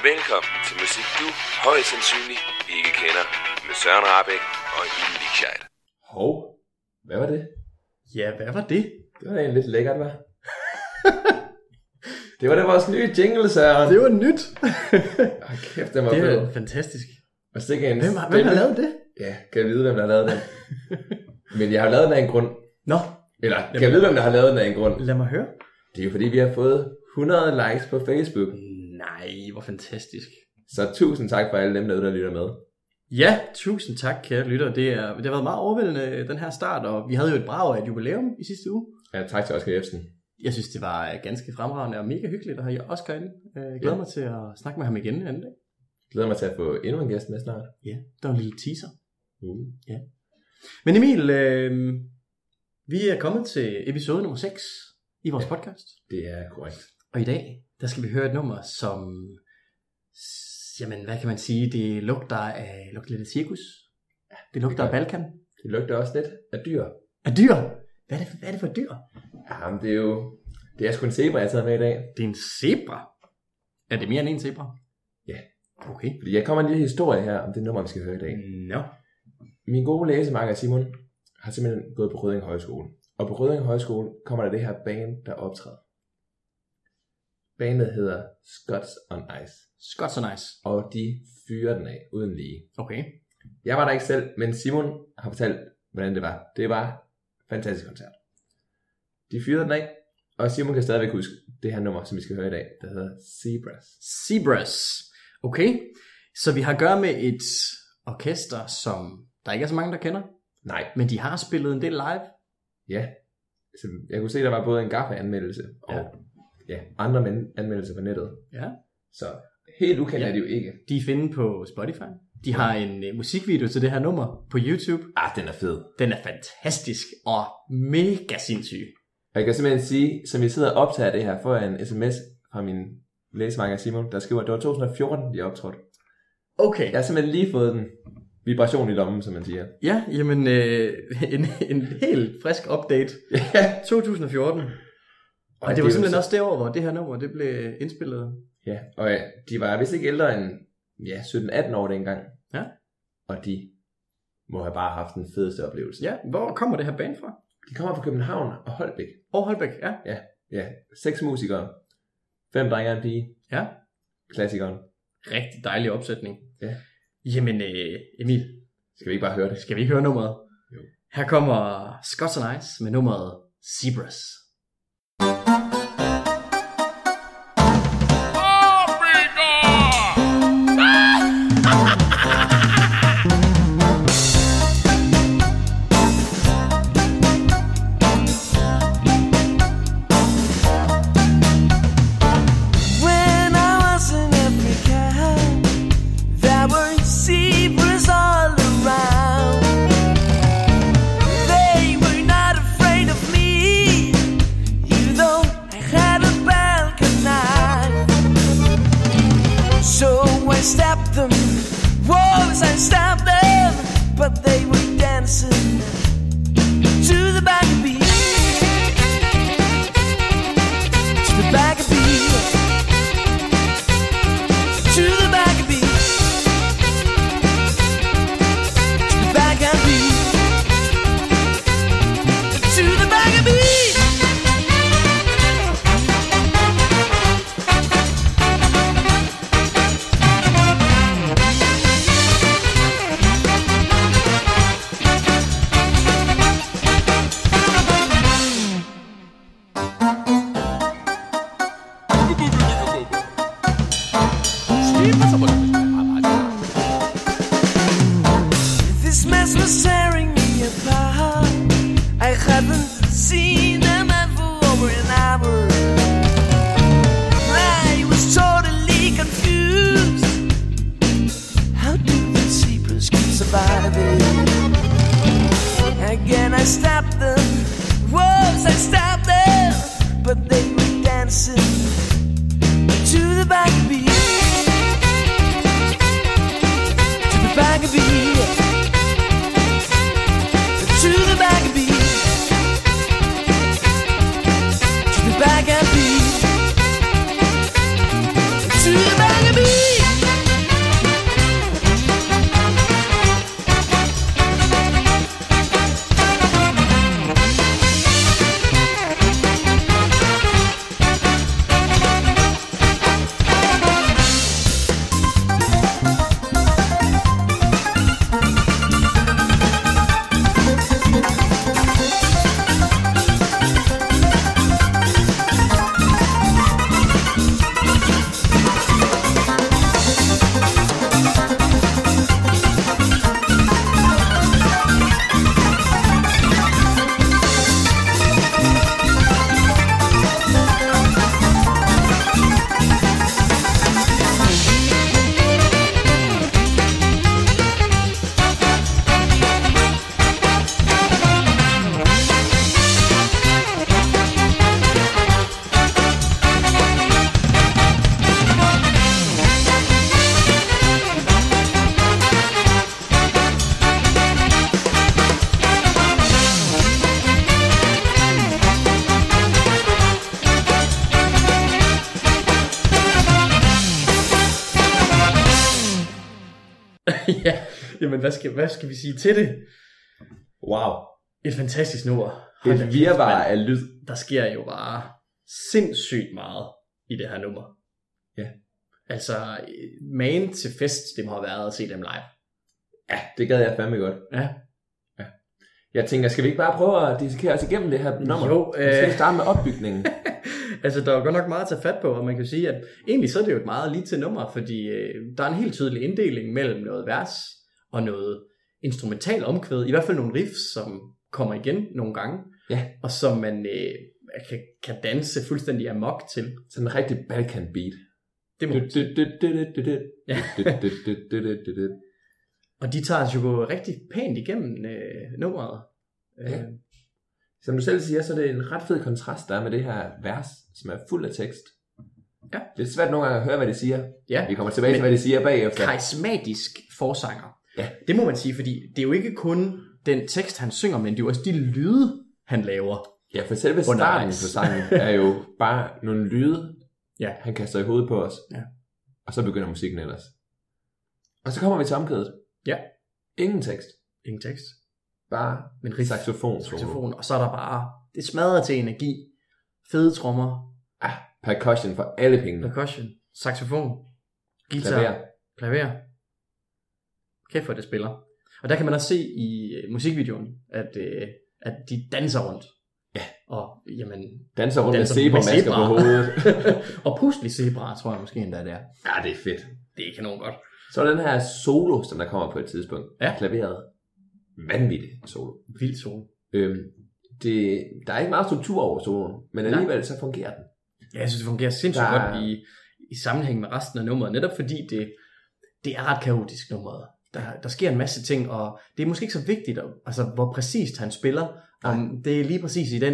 Velkommen til musik, du højst sandsynligt ikke kender, med Søren Rahbek og Emil Lichtscheid. Hov, hvad var det? Ja, hvad var det? Det var da egentlig lidt lækkert, hva'? Det var da vores nye jingle, Søren. Det var nyt. Kæft, den var Det fed. er fantastisk. Og stikke en Hvem har lavet det? Ja, kan jeg vide, hvem der har lavet den? Men jeg har lavet den af en grund. Nå, Eller, kan jeg vide, hvem der har lavet den af en grund? lad mig høre. Det er jo fordi, vi har fået 100 likes på Facebook. Nej, hvor fantastisk. Så tusind tak for alle dem, der lytter med. Ja, tusind tak, kære lytter. Det har været meget overvældende, den her start, og vi havde jo et brag af et jubilæum i sidste uge. Ja, tak til Oscar Jebsen. Jeg synes, det var ganske fremragende og mega hyggeligt at have Oscar inde. Jeg glæder mig til at snakke med ham igen en anden dag. Glæder mig til at få endnu en gæst med snart. Ja, der var en lille teaser. Ja. Men Emil, vi er kommet til episode nummer 6 i vores podcast. Det er korrekt. Og i dag, der skal vi høre et nummer, som, jamen hvad kan man sige, det lugter lidt af cirkus. Det lugter af Balkan. Det lugter også lidt af dyr. Af dyr? Hvad er det for dyr? Jamen, det er sgu en zebra, jeg har taget med i dag. Det er en zebra. Er det mere end en zebra? Ja. Okay. Fordi jeg kommer en lille historie her om det nummer, vi skal høre i dag. Nå. Min gode læsemakker Simon har simpelthen gået på Rødding Højskole. Og på Rødding Højskole kommer der det her band, der optræder. Bandet hedder Scots on Ice. Scots on Ice. Og de fyrer den af uden lige. Okay. Jeg var der ikke selv, men Simon har fortalt, hvordan det var. Det var en fantastisk koncert. De fyrede den af, og Simon kan stadigvæk huske det her nummer, som vi skal høre i dag, der hedder Zebras. Zebras. Okay. Så vi har at gøre med et orkester, som der ikke er så mange, der kender. Nej. Men de har spillet en del live. Ja. Så jeg kunne se, der var både en Gaffa-anmeldelse og andre anmeldelser på nettet. Ja. Så helt ukendt er de jo ikke. De er finde på Spotify. De har en musikvideo til det her nummer på YouTube. Den er fed. Den er fantastisk og mega sindssyg. Og jeg kan simpelthen sige, som vi sidder og optager det her, får jeg en sms fra min læsemakker Simon, der skriver, at det var 2014, de optrådte. Okay. Jeg har simpelthen lige fået den vibration i lommen, som man siger. Ja, jamen en helt frisk update. 2014. Og det var simpelthen også det år, hvor det her nummer det blev indspillet. Ja, og de var vist ikke ældre end 17-18 år dengang. Ja. Og de må have bare haft den fedeste oplevelse. Ja, hvor kommer det her band fra? De kommer fra København og Holbæk. Og Holbæk, ja. Ja, 6 musikere. 5 drenge og en pige. Ja. Klassikeren. Rigtig dejlig opsætning. Ja. Jamen, Emil. Skal vi ikke bare høre det? Skal vi ikke høre nummeret? Jo. Her kommer Scots on Ice med nummeret Zebras. Ja, jamen hvad skal vi sige til det? Wow. Et fantastisk nummer. Et virvar af lyd. Der sker jo bare sindssygt meget i det her nummer. Ja. Altså, main til fest, det må have været at se dem live. Ja, det gad jeg fandme godt. Ja. Jeg tænker, skal vi ikke bare prøve at dissekere os igennem det her nummer? Jo. Skal vi starte med opbygningen? Altså, der er godt nok meget at tage fat på, og man kan sige, at egentlig så er det jo et meget lige til nummer, fordi der er en helt tydelig inddeling mellem noget vers og noget instrumental omkvæd, i hvert fald nogle riffs, som kommer igen nogle gange, Ja. og som man kan danse fuldstændig amok til. Sådan en rigtig Balkan beat. Det må man sige. Ja. Og de tager jo rigtig pænt igennem nummeret. Ja. Som du selv siger, så er det en ret fed kontrast, der er med det her vers, som er fuld af tekst. Ja. Det er svært nogle gange at høre, hvad det siger. Ja. Vi kommer tilbage til, hvad det siger bagefter. Karismatisk forsanger. Ja. Det må man sige, fordi det er jo ikke kun den tekst, han synger, men det er jo også de lyde, han laver. Ja, for selve starten på sangen er jo bare nogle lyde, han kaster i hovedet på os. Ja. Og så begynder musikken ellers. Og så kommer vi til omkvædet. Ja. Ingen tekst. Ingen tekst. Bare Men riff, saxofon. og så er der bare, det smadrer til energi, fede trommer, Percussion for alle pengene. percussion, saxofon, guitar, klaver. Kæft for det spiller. Og der kan man også se i musikvideoen, at de danser rundt. Ja. Og jamen, Danser rundt med zebramasker på hovedet. og pludselig zebra, tror jeg måske endda det er. Ja, det er fedt. Det er kanon godt. Så er den her solo, som der kommer på et tidspunkt. Ja. Klaveret. Vanvittig solo. Vildt solo. Der er ikke meget struktur over soloen, men alligevel så fungerer den. Ja, jeg synes, det fungerer sindssygt godt i sammenhæng med resten af nummeret. Netop fordi det er ret kaotisk nummeret. Der sker en masse ting, og det er måske ikke så vigtigt, altså, hvor præcist han spiller. Om det er lige præcis i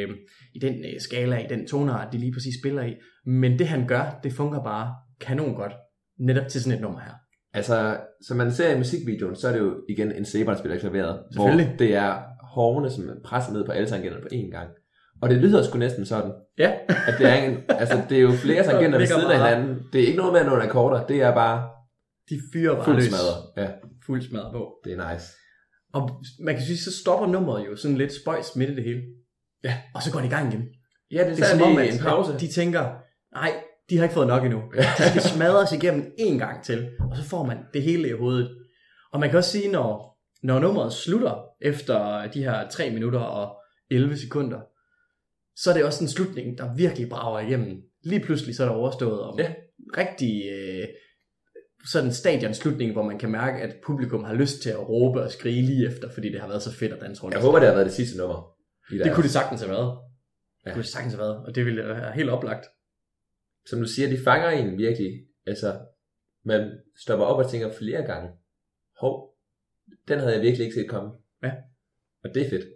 den skala, i den tonart, det lige præcis spiller i. Men det han gør, det fungerer bare kanon godt. Netop til sådan et nummer her. Altså, som man ser i musikvideoen, så er det jo igen en zebra, der spiller klaveret. Hvor det er hårene, som presser ned på alle tangenter på én gang. Og det lyder sgu næsten sådan. Ja. At det er det er jo flere tangenter ved siden af hinanden. Det er ikke noget med nogle akkorder, det er bare de fyrer bare fuld smadret. Ja. Fuld smadret på. Det er nice. Og man kan sige, så stopper nummeret jo sådan lidt spøjs midt i det hele. Ja. Og så går det i gang igen. Ja, det er som om, at en pause. De tænker, nej, de har ikke fået nok endnu. De skal smadres igennem en gang til. Og så får man det hele i hovedet. Og man kan også sige, når nummeret slutter efter de her 3 minutter og 11 sekunder, så er det også en slutning, der virkelig brager igennem. Lige pludselig så er der overstået om rigtig sådan en stadionslutning, hvor man kan mærke, at publikum har lyst til at råbe og skrige lige efter, fordi det har været så fedt at danse rundt. Jeg håber, det har været det sidste nummer. Det kunne det sagtens have været. Det kunne det sagtens have været, og det ville være helt oplagt. Som du siger, de fanger en virkelig. Altså, man stopper op og tænker flere gange, hov, den havde jeg virkelig ikke set komme. Ja. Og det er fedt.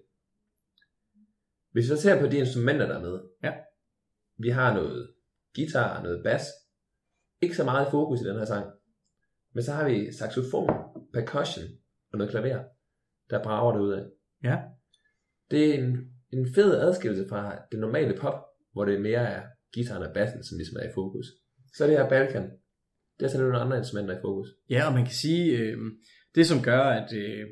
Hvis vi så ser på de instrumenter, der er med. Ja. Vi har noget guitar og noget bass. Ikke så meget fokus i den her sang. Men så har vi saxofon, percussion og noget klaver, der brager det ud af. Ja. Det er en fed adskillelse fra det normale pop, hvor det mere er guitaren og bassen, som ligesom er i fokus. Så er det her Balkan. Der er nogle andre instrumenter i fokus. Ja, og man kan sige, det som gør, at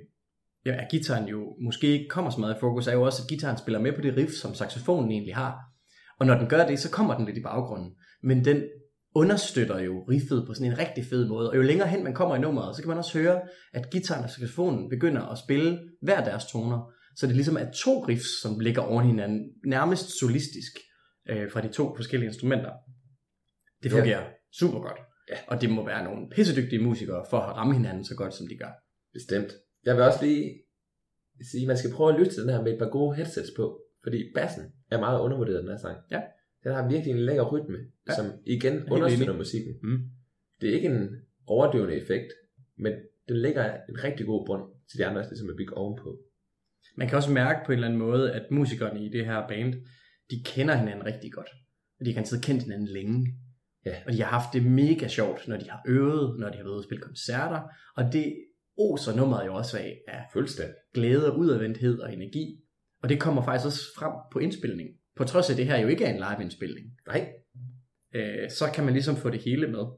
guitaren jo måske ikke kommer så meget i fokus, er jo også, at guitaren spiller med på det riff, som saxofonen egentlig har. Og når den gør det, så kommer den lidt i baggrunden. Men den understøtter jo riffet på sådan en rigtig fed måde. Og jo længere hen man kommer i nummeret, så kan man også høre, at guitaren og saxofonen begynder at spille hver deres toner. Så det ligesom er 2 riffs, som ligger oven i hinanden, nærmest solistisk fra de 2 forskellige instrumenter. Det fungerer super godt. Ja. Og det må være nogle pissedygtige musikere for at ramme hinanden så godt, som de gør. Bestemt. Jeg vil også lige sige, at man skal prøve at lytte til den her med et par gode headsets på. Fordi bassen er meget undervurderet, den her sang. Ja. Den har virkelig en lækker rytme, som igen understøtter musikken. Det er ikke en overdøvende effekt, men den lægger en rigtig god bund til de andre, som er bygget ovenpå. Man kan også mærke på en eller anden måde, at musikerne i det her band, de kender hinanden rigtig godt. Og de kan altid kendt hinanden længe. Ja. Og de har haft det mega sjovt, når de har øvet, når de har været ude og spille koncerter. Og det oser nummeret jo også af fuldstændig glæde og udadvendthed og energi. Og det kommer faktisk også frem på indspilningen. På trods af det her jo ikke er en live indspilning. Nej. Så kan man ligesom få det hele med.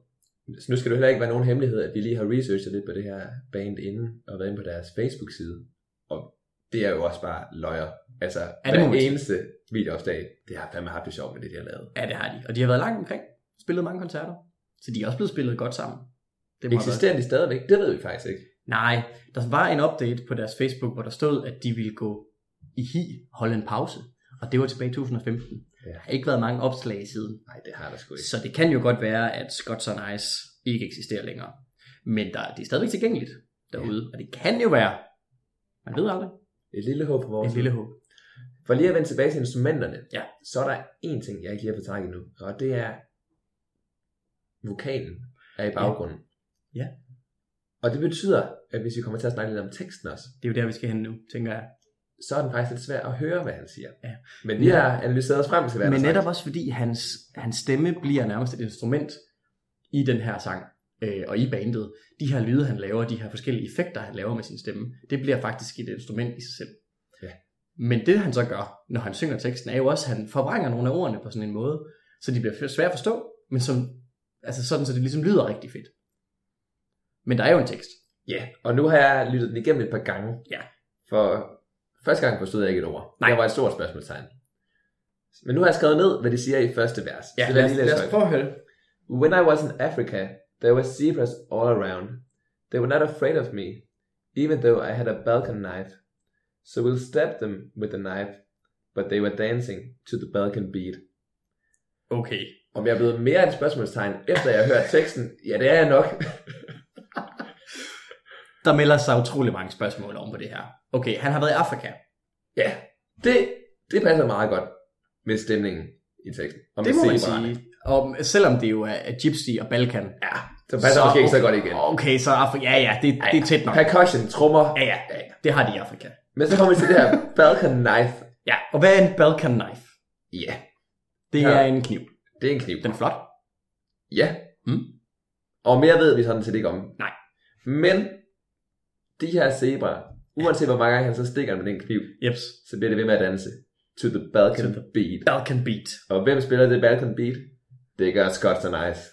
Så nu skal det heller ikke være nogen hemmelighed, at vi lige har researchet lidt på det her band inden, og været inde på deres Facebook-side. Og det er jo også bare løjer. Altså, hver eneste videoopslag, det har fandme haft det sjovt med det, de har lavet. Ja, det har de. Og de har været langt omkring. Spillet mange koncerter. Så de er også blevet spillet godt sammen. Eksisterer de stadigvæk? Det ved vi faktisk ikke. Nej, der var en update på deres Facebook, hvor der stod, at de ville gå i holde en pause. Og det var tilbage i 2015. Ja. Der har ikke været mange opslag siden. Nej, det har der sgu ikke. Så det kan jo godt være, at Scots on Ice ikke eksisterer længere. Men det er stadigvæk tilgængeligt derude. Ja. Og det kan jo være, man ved aldrig. Et lille håb på vores. Et lille håb. For lige at vende tilbage til instrumenterne, ja. Så er der en ting, jeg ikke lige har fået trækket nu. Og det er, vokalen er i baggrunden. Ja. Og det betyder, at hvis vi kommer til at snakke lidt om teksten også. Det er jo der, vi skal hen nu, tænker jeg. Så er den faktisk lidt svær at høre, hvad han siger. Ja. Men vi har analyseret os frem til, hvad men netop også fordi hans stemme bliver nærmest et instrument i den her sang. Og i bandet. De her lyde, han laver, de her forskellige effekter, han laver med sin stemme, det bliver faktisk et instrument i sig selv. Ja. Men det han så gør, når han synger teksten, er jo også, at han forvrænger nogle af ordene på sådan en måde, så de bliver svære at forstå, men altså sådan, så det ligesom lyder rigtig fedt. Men der er jo en tekst. Ja, og nu har jeg lyttet den igennem et par gange. Ja. For første gang forstod jeg ikke et ord. Nej. Det var et stort spørgsmålstegn. Men nu har jeg skrevet ned, hvad de siger i første vers. Ja, så lad os prøve at høre. When I was in Africa, there were zebras all around. They were not afraid of me, even though I had a Balkan knife. So we'll stab them with the knife, but they were dancing to the Balkan beat. Okay. Om jeg er blevet mere end spørgsmålstegn, efter jeg har hørt teksten? Ja, det er jeg nok. Der melder sig utrolig mange spørgsmål om på det her. Okay, han har været i Afrika. Ja, det passer meget godt med stemningen i teksten. Og det må man sige. Og selvom det jo er Gypsy og Balkan. Ja, så passer det måske ikke så godt igen. Okay, så Afrika, ja, det er tæt nok. Percussion, trommer. Ja, det har de i Afrika. Men så kommer vi til det her Balkan knife. Ja, og hvad er en Balkan knife? Ja. Det er en kniv. Det er en kniv. Den er flot. Ja. Og mere ved vi sådan set ikke om. Nej. Men de her zebraer, uanset hvor mange gange han så stikker med den kniv, så bliver det ved med at danse to the Balkan beat. Balkan beat. Og hvem spiller det Balkan beat? Det gør Scots on Ice.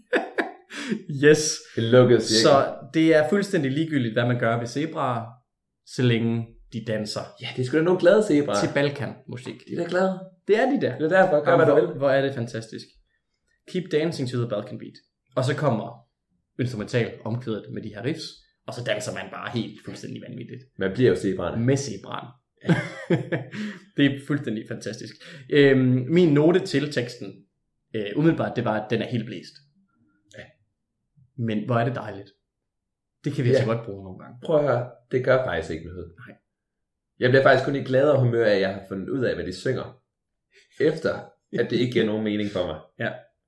Yes. En lukket cirkel. Så det er fuldstændig ligegyldigt, hvad man gør ved zebraer, så længe de danser. Ja, det er sgu da nogle glade zebraer. Til Balkan musik. De er da glade. Det er de der. Det er derfor, gør hvad du vil. Hvor er det fantastisk. Keep dancing to the Balkan beat. Og så kommer instrumental omkvædet med de her riffs, og så danser man bare helt fuldstændig vanvittigt. Man bliver jo zebraerne. Med zebraen. Ja. Det er fuldstændig fantastisk. Min note til teksten, umiddelbart, det var, at den er helt blæst. Ja. Men hvor er det dejligt. Det kan vi så godt bruge nogle gange. Prøv at høre, det gør faktisk ikke noget. Nej. Jeg bliver faktisk kun i gladere humør af, at jeg har fundet ud af, hvad de synger. Efter, at det ikke giver nogen mening for mig. Ja.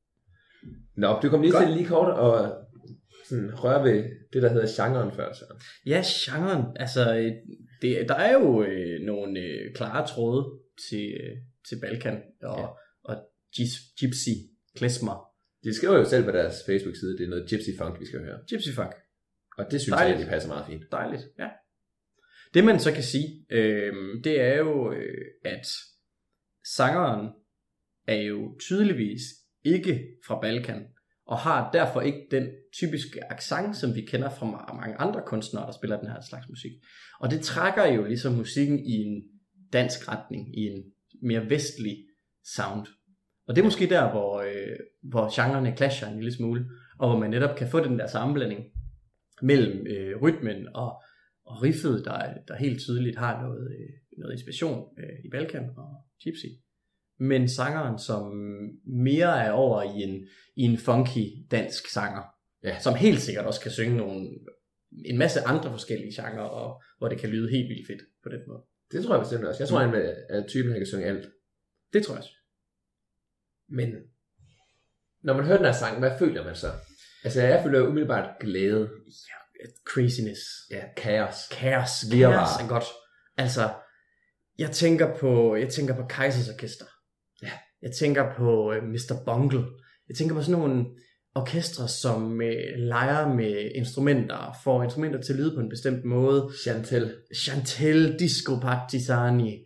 Nå, du kom lige til lige kort og sådan røre ved det, der hedder genren før. Så. Ja, genren. Altså, der er jo nogle klare tråde til Balkan og Gypsy klezmer. De skriver jo selv på deres Facebook-side, det er noget Gypsy Funk, vi skal høre. Gypsy Funk. Og det synes jeg, de passer meget fint. Dejligt, ja. Det man så kan sige, det er jo, at sangeren er jo tydeligvis ikke fra Balkan, og har derfor ikke den typiske accent, som vi kender fra mange andre kunstnere, der spiller den her slags musik. Og det trækker jo ligesom musikken i en dansk retning, i en mere vestlig sound. Og det er måske der, hvor genrerne clasher en lille smule, og hvor man netop kan få den der sammenblanding mellem rytmen og riffet, der helt tydeligt har noget inspiration i Balkan og Gypsy. Men sangeren, som mere er over i en funky dansk sanger, som helt sikkert også kan synge en masse andre forskellige genrer, og hvor det kan lyde helt vildt fedt på den måde. Det tror jeg bestemt også. Jeg tror, han er typen, der kan synge alt. Det tror jeg også. Men når man hører den her sang, hvad føler man så? Altså, jeg føler umiddelbart glæde. Ja, craziness. Ja, kaos. Kaos er godt. Altså, jeg tænker på Kaisers Orkester. Ja. Jeg tænker på Mr. Bungle. Jeg tænker på sådan nogle orkestre, som leger med instrumenter, får instrumenter til at lyde på en bestemt måde. Chantel, Disco Partizani.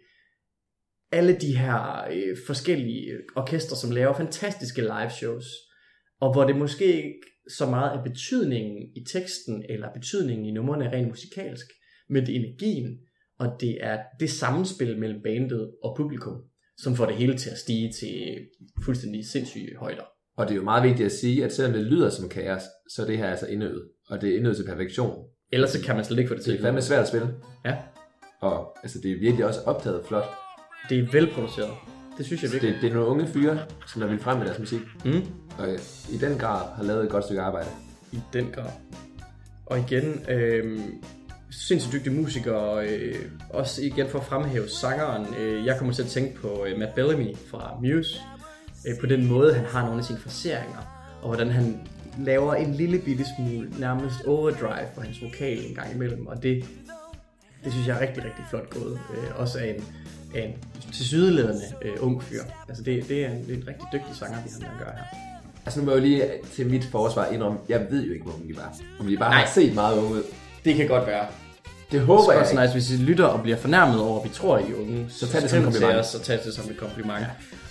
Alle de her forskellige orkestre, som laver fantastiske live shows. og hvor det måske ikke så meget er betydningen i teksten, eller betydningen i numrene er rent musikalsk, men det er energien, og det er det sammenspil mellem bandet og publikum, som får det hele til at stige til fuldstændig sindssyge højder. Og det er jo meget vigtigt at sige, at selvom det lyder som kaos, så er det her altså indøvet, og det er indøvet til perfektion. Ellers så kan man slet ikke få det til. Det er fandme svært at spille. Ja. Og altså, det er virkelig også optaget flot. Det er velproduceret. Det synes jeg virkelig. Det er nogle unge fyre, som er vildt frem med deres musik. Og i den grad har lavet et godt stykke arbejde. I den grad. Og igen, sindssygt dygtige musikere, også igen for at fremhæve sangeren. Jeg kommer til at tænke på Matt Bellamy fra Muse, på den måde han har nogle af sine fraseringer, og hvordan han laver en lille bitte smule nærmest overdrive på hans vokal en gang imellem, og det synes jeg er rigtig, rigtig flot gået. Også af en tilsyneladende ung fyr. Altså det er en rigtig dygtig sanger, vi har med at gøre her. Altså nu må jeg jo lige til mit forsvar indrømme, jeg ved jo ikke, hvor unge de var. Om de bare har set meget unge ud. Det kan godt være. Det håber jeg ikke. Nice, hvis I lytter og bliver fornærmet over, at vi tror, I er unge, så tag det som et kompliment. Så tag det som et kompliment.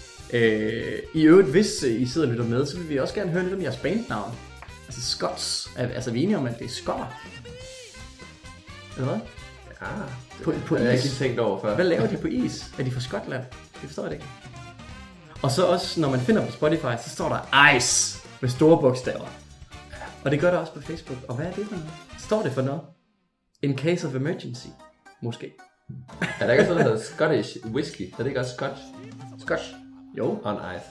I øvrigt, hvis I sidder og lytter med, så vil vi også gerne høre lidt om jeres bandnavn. Altså Scots. Altså vi er enige om, at det er skotter. Eller hvad? Ja, på is. Jeg har ikke tænkt over før. Hvad laver de på is? Er de fra Skotland? Det forstår jeg ikke. Og så også, når man finder på Spotify, så står der ICE med store bogstaver. Og det gør der også på Facebook. Og hvad er det for noget? Står det for noget? In case of emergency. Måske. Er der ikke også noget, der hedder Scottish whisky? Er det ikke også Scotch? Scotch? Jo. On ice.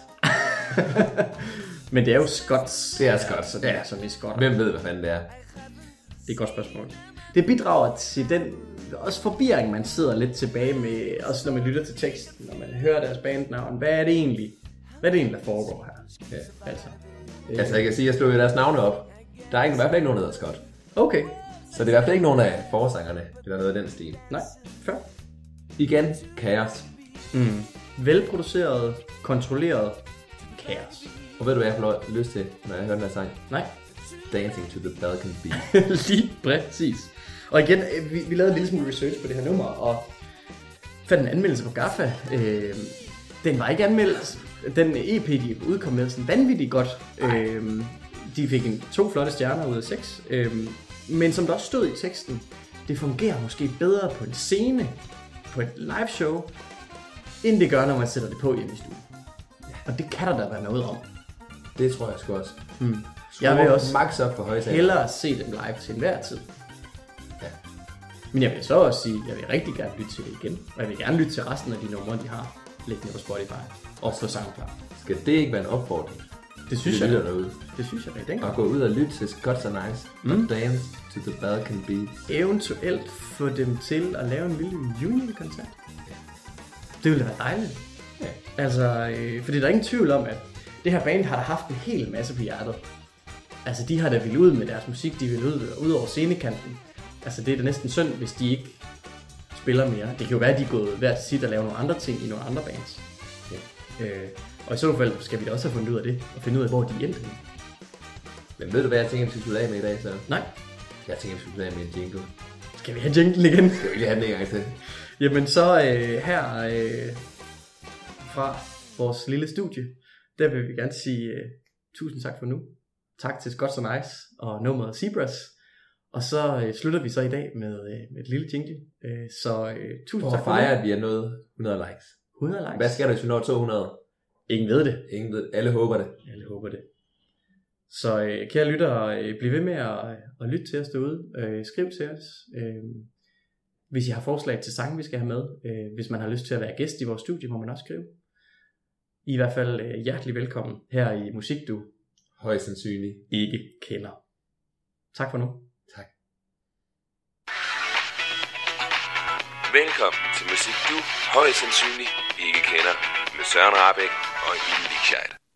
Men det er jo Scots. Det er Scots. Så det er som i skotter. Hvem ved, hvad fanden det er? Det er et godt spørgsmål. Det bidrager til den også forvirring, man sidder lidt tilbage med, også når man lytter til teksten, når man hører deres bandnavn. Hvad er det egentlig, der foregår her? Ja. Altså jeg kan sige, at jeg slog deres navne op. Der er i hvert fald ikke nogen, der hedder Scott. Okay. Så det er i hvert fald ikke nogen af forsangerne, eller noget af den stil. Nej, før. Igen, kaos. Velproduceret, kontrolleret kaos. Og ved du, hvad jeg får lyst til, når jeg hører den her sang? Nej. Dancing to the Balkan Beat. Lige præcis. Og igen, vi lavede en lille smule research på det her nummer, og fandt en anmeldelse på Gaffa. Den var ikke anmeldt. Den EP, de udkom med, sådan vanvittigt godt. De fik 2 flotte stjerner ud af 6. Men som der også stod i teksten, det fungerer måske bedre på en scene, på et live show, end det gør, når man sætter det på hjemme i stuen. Og det kan der da være noget om. Det tror jeg sgu også. Jeg vil også max op for højtaler. hellere se dem live til enhver tid. Ja. Men jeg vil så også sige, at jeg vil rigtig gerne lytte til det igen. Og jeg vil gerne lytte til resten af de numre, de har liggende på Spotify og på SoundCloud. Skal det ikke være en opfordring? Det synes jeg. Derude. Det synes jeg rigtig. Og gå ud og lytte til Scots and Ice og dance to the Balkan Beat. Eventuelt få dem til at lave en lille reunion-koncert. Det ville da være dejligt. Ja. Altså, fordi der er ingen tvivl om, at det her band har da haft en hel masse på hjertet. Altså, de har da vildt ud med deres musik, de vil ud over scenekanten. Altså, det er da næsten synd, hvis de ikke spiller mere. Det kan jo være, at de er gået hver til sit og lave nogle andre ting i nogle andre bands. Ja. Og i så fald skal vi da også have fundet ud af det, og finde ud af, hvor de endte. Men ved du, hvad jeg tænker, vi skal slutte af med i dag, så? Nej. Jeg tænker, vi skal slutte af med en jingle. Skal vi have jingle igen? Skal vi lige have den en gang til? Jamen så her fra vores lille studie, der vil vi gerne sige tusind tak for nu. Tak til Scots and Ice og nummeret Zebras. Og så slutter vi så i dag med et lille jingle. Så tusind tak for fejre, at vi har nået 100 likes. 100 likes. Hvad sker der, hvis vi når 200? Ingen ved det. Ingen ved det. Alle håber det. Alle håber det. Så kære lyttere, bliv ved med at lytte til os derude. Skriv til os. Hvis I har forslag til sange, vi skal have med. Hvis man har lyst til at være gæst i vores studie, må man også skrive. I hvert fald hjertelig velkommen her i Musik, du højst sandsynligt ikke kender. Tak for nu. Tak. Velkommen til Musik, du højst sandsynligt ikke kender med Søren Rabeck og Emil Lichscheid.